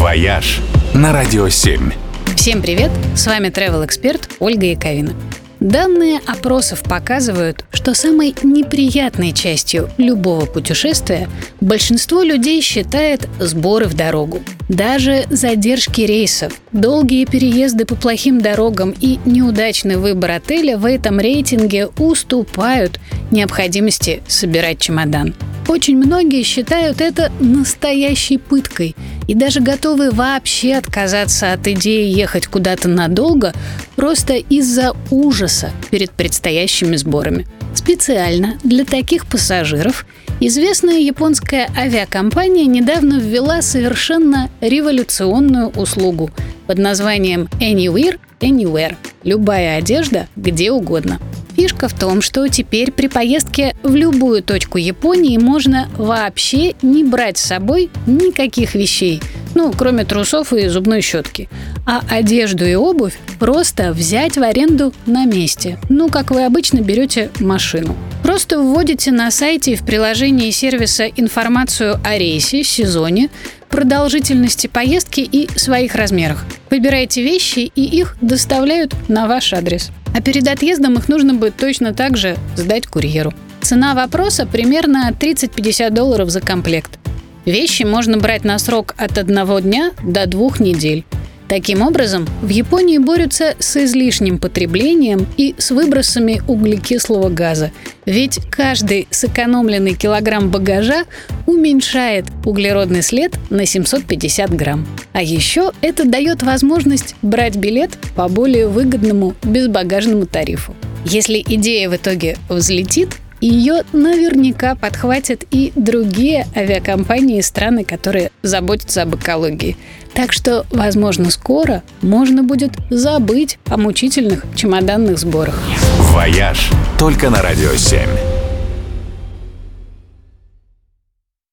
«Вояж» на Радио 7. Всем привет! С вами travel-эксперт Ольга Яковина. Данные опросов показывают, что самой неприятной частью любого путешествия большинство людей считает сборы в дорогу. Даже задержки рейсов, долгие переезды по плохим дорогам и неудачный выбор отеля в этом рейтинге уступают необходимости собирать чемодан. Очень многие считают это настоящей пыткой и даже готовы вообще отказаться от идеи ехать куда-то надолго просто из-за ужаса перед предстоящими сборами. Специально для таких пассажиров известная японская авиакомпания недавно ввела совершенно революционную услугу под названием Anywhere, Anywhere – любая одежда где угодно. Фишка в том, что теперь при поездке в любую точку Японии можно вообще не брать с собой никаких вещей, кроме трусов и зубной щетки, а одежду и обувь просто взять в аренду на месте, как вы обычно берете машину. Просто вводите на сайте и в приложении сервиса информацию о рейсе, сезоне, продолжительности поездки и своих размерах. Выбираете вещи, и их доставляют на ваш адрес. А перед отъездом их нужно будет точно так же сдать курьеру. Цена вопроса примерно $30-50 за комплект. Вещи можно брать на срок от 1 дня до 2 недель. Таким образом, в Японии борются с излишним потреблением и с выбросами углекислого газа. Ведь каждый сэкономленный килограмм багажа уменьшает углеродный след на 750 грамм. А еще это дает возможность брать билет по более выгодному безбагажному тарифу. Если идея в итоге взлетит, ее наверняка подхватят и другие авиакомпании и страны, которые заботятся об экологии. Так что, возможно, скоро можно будет забыть о мучительных чемоданных сборах. «Вояж» только на Радио 7.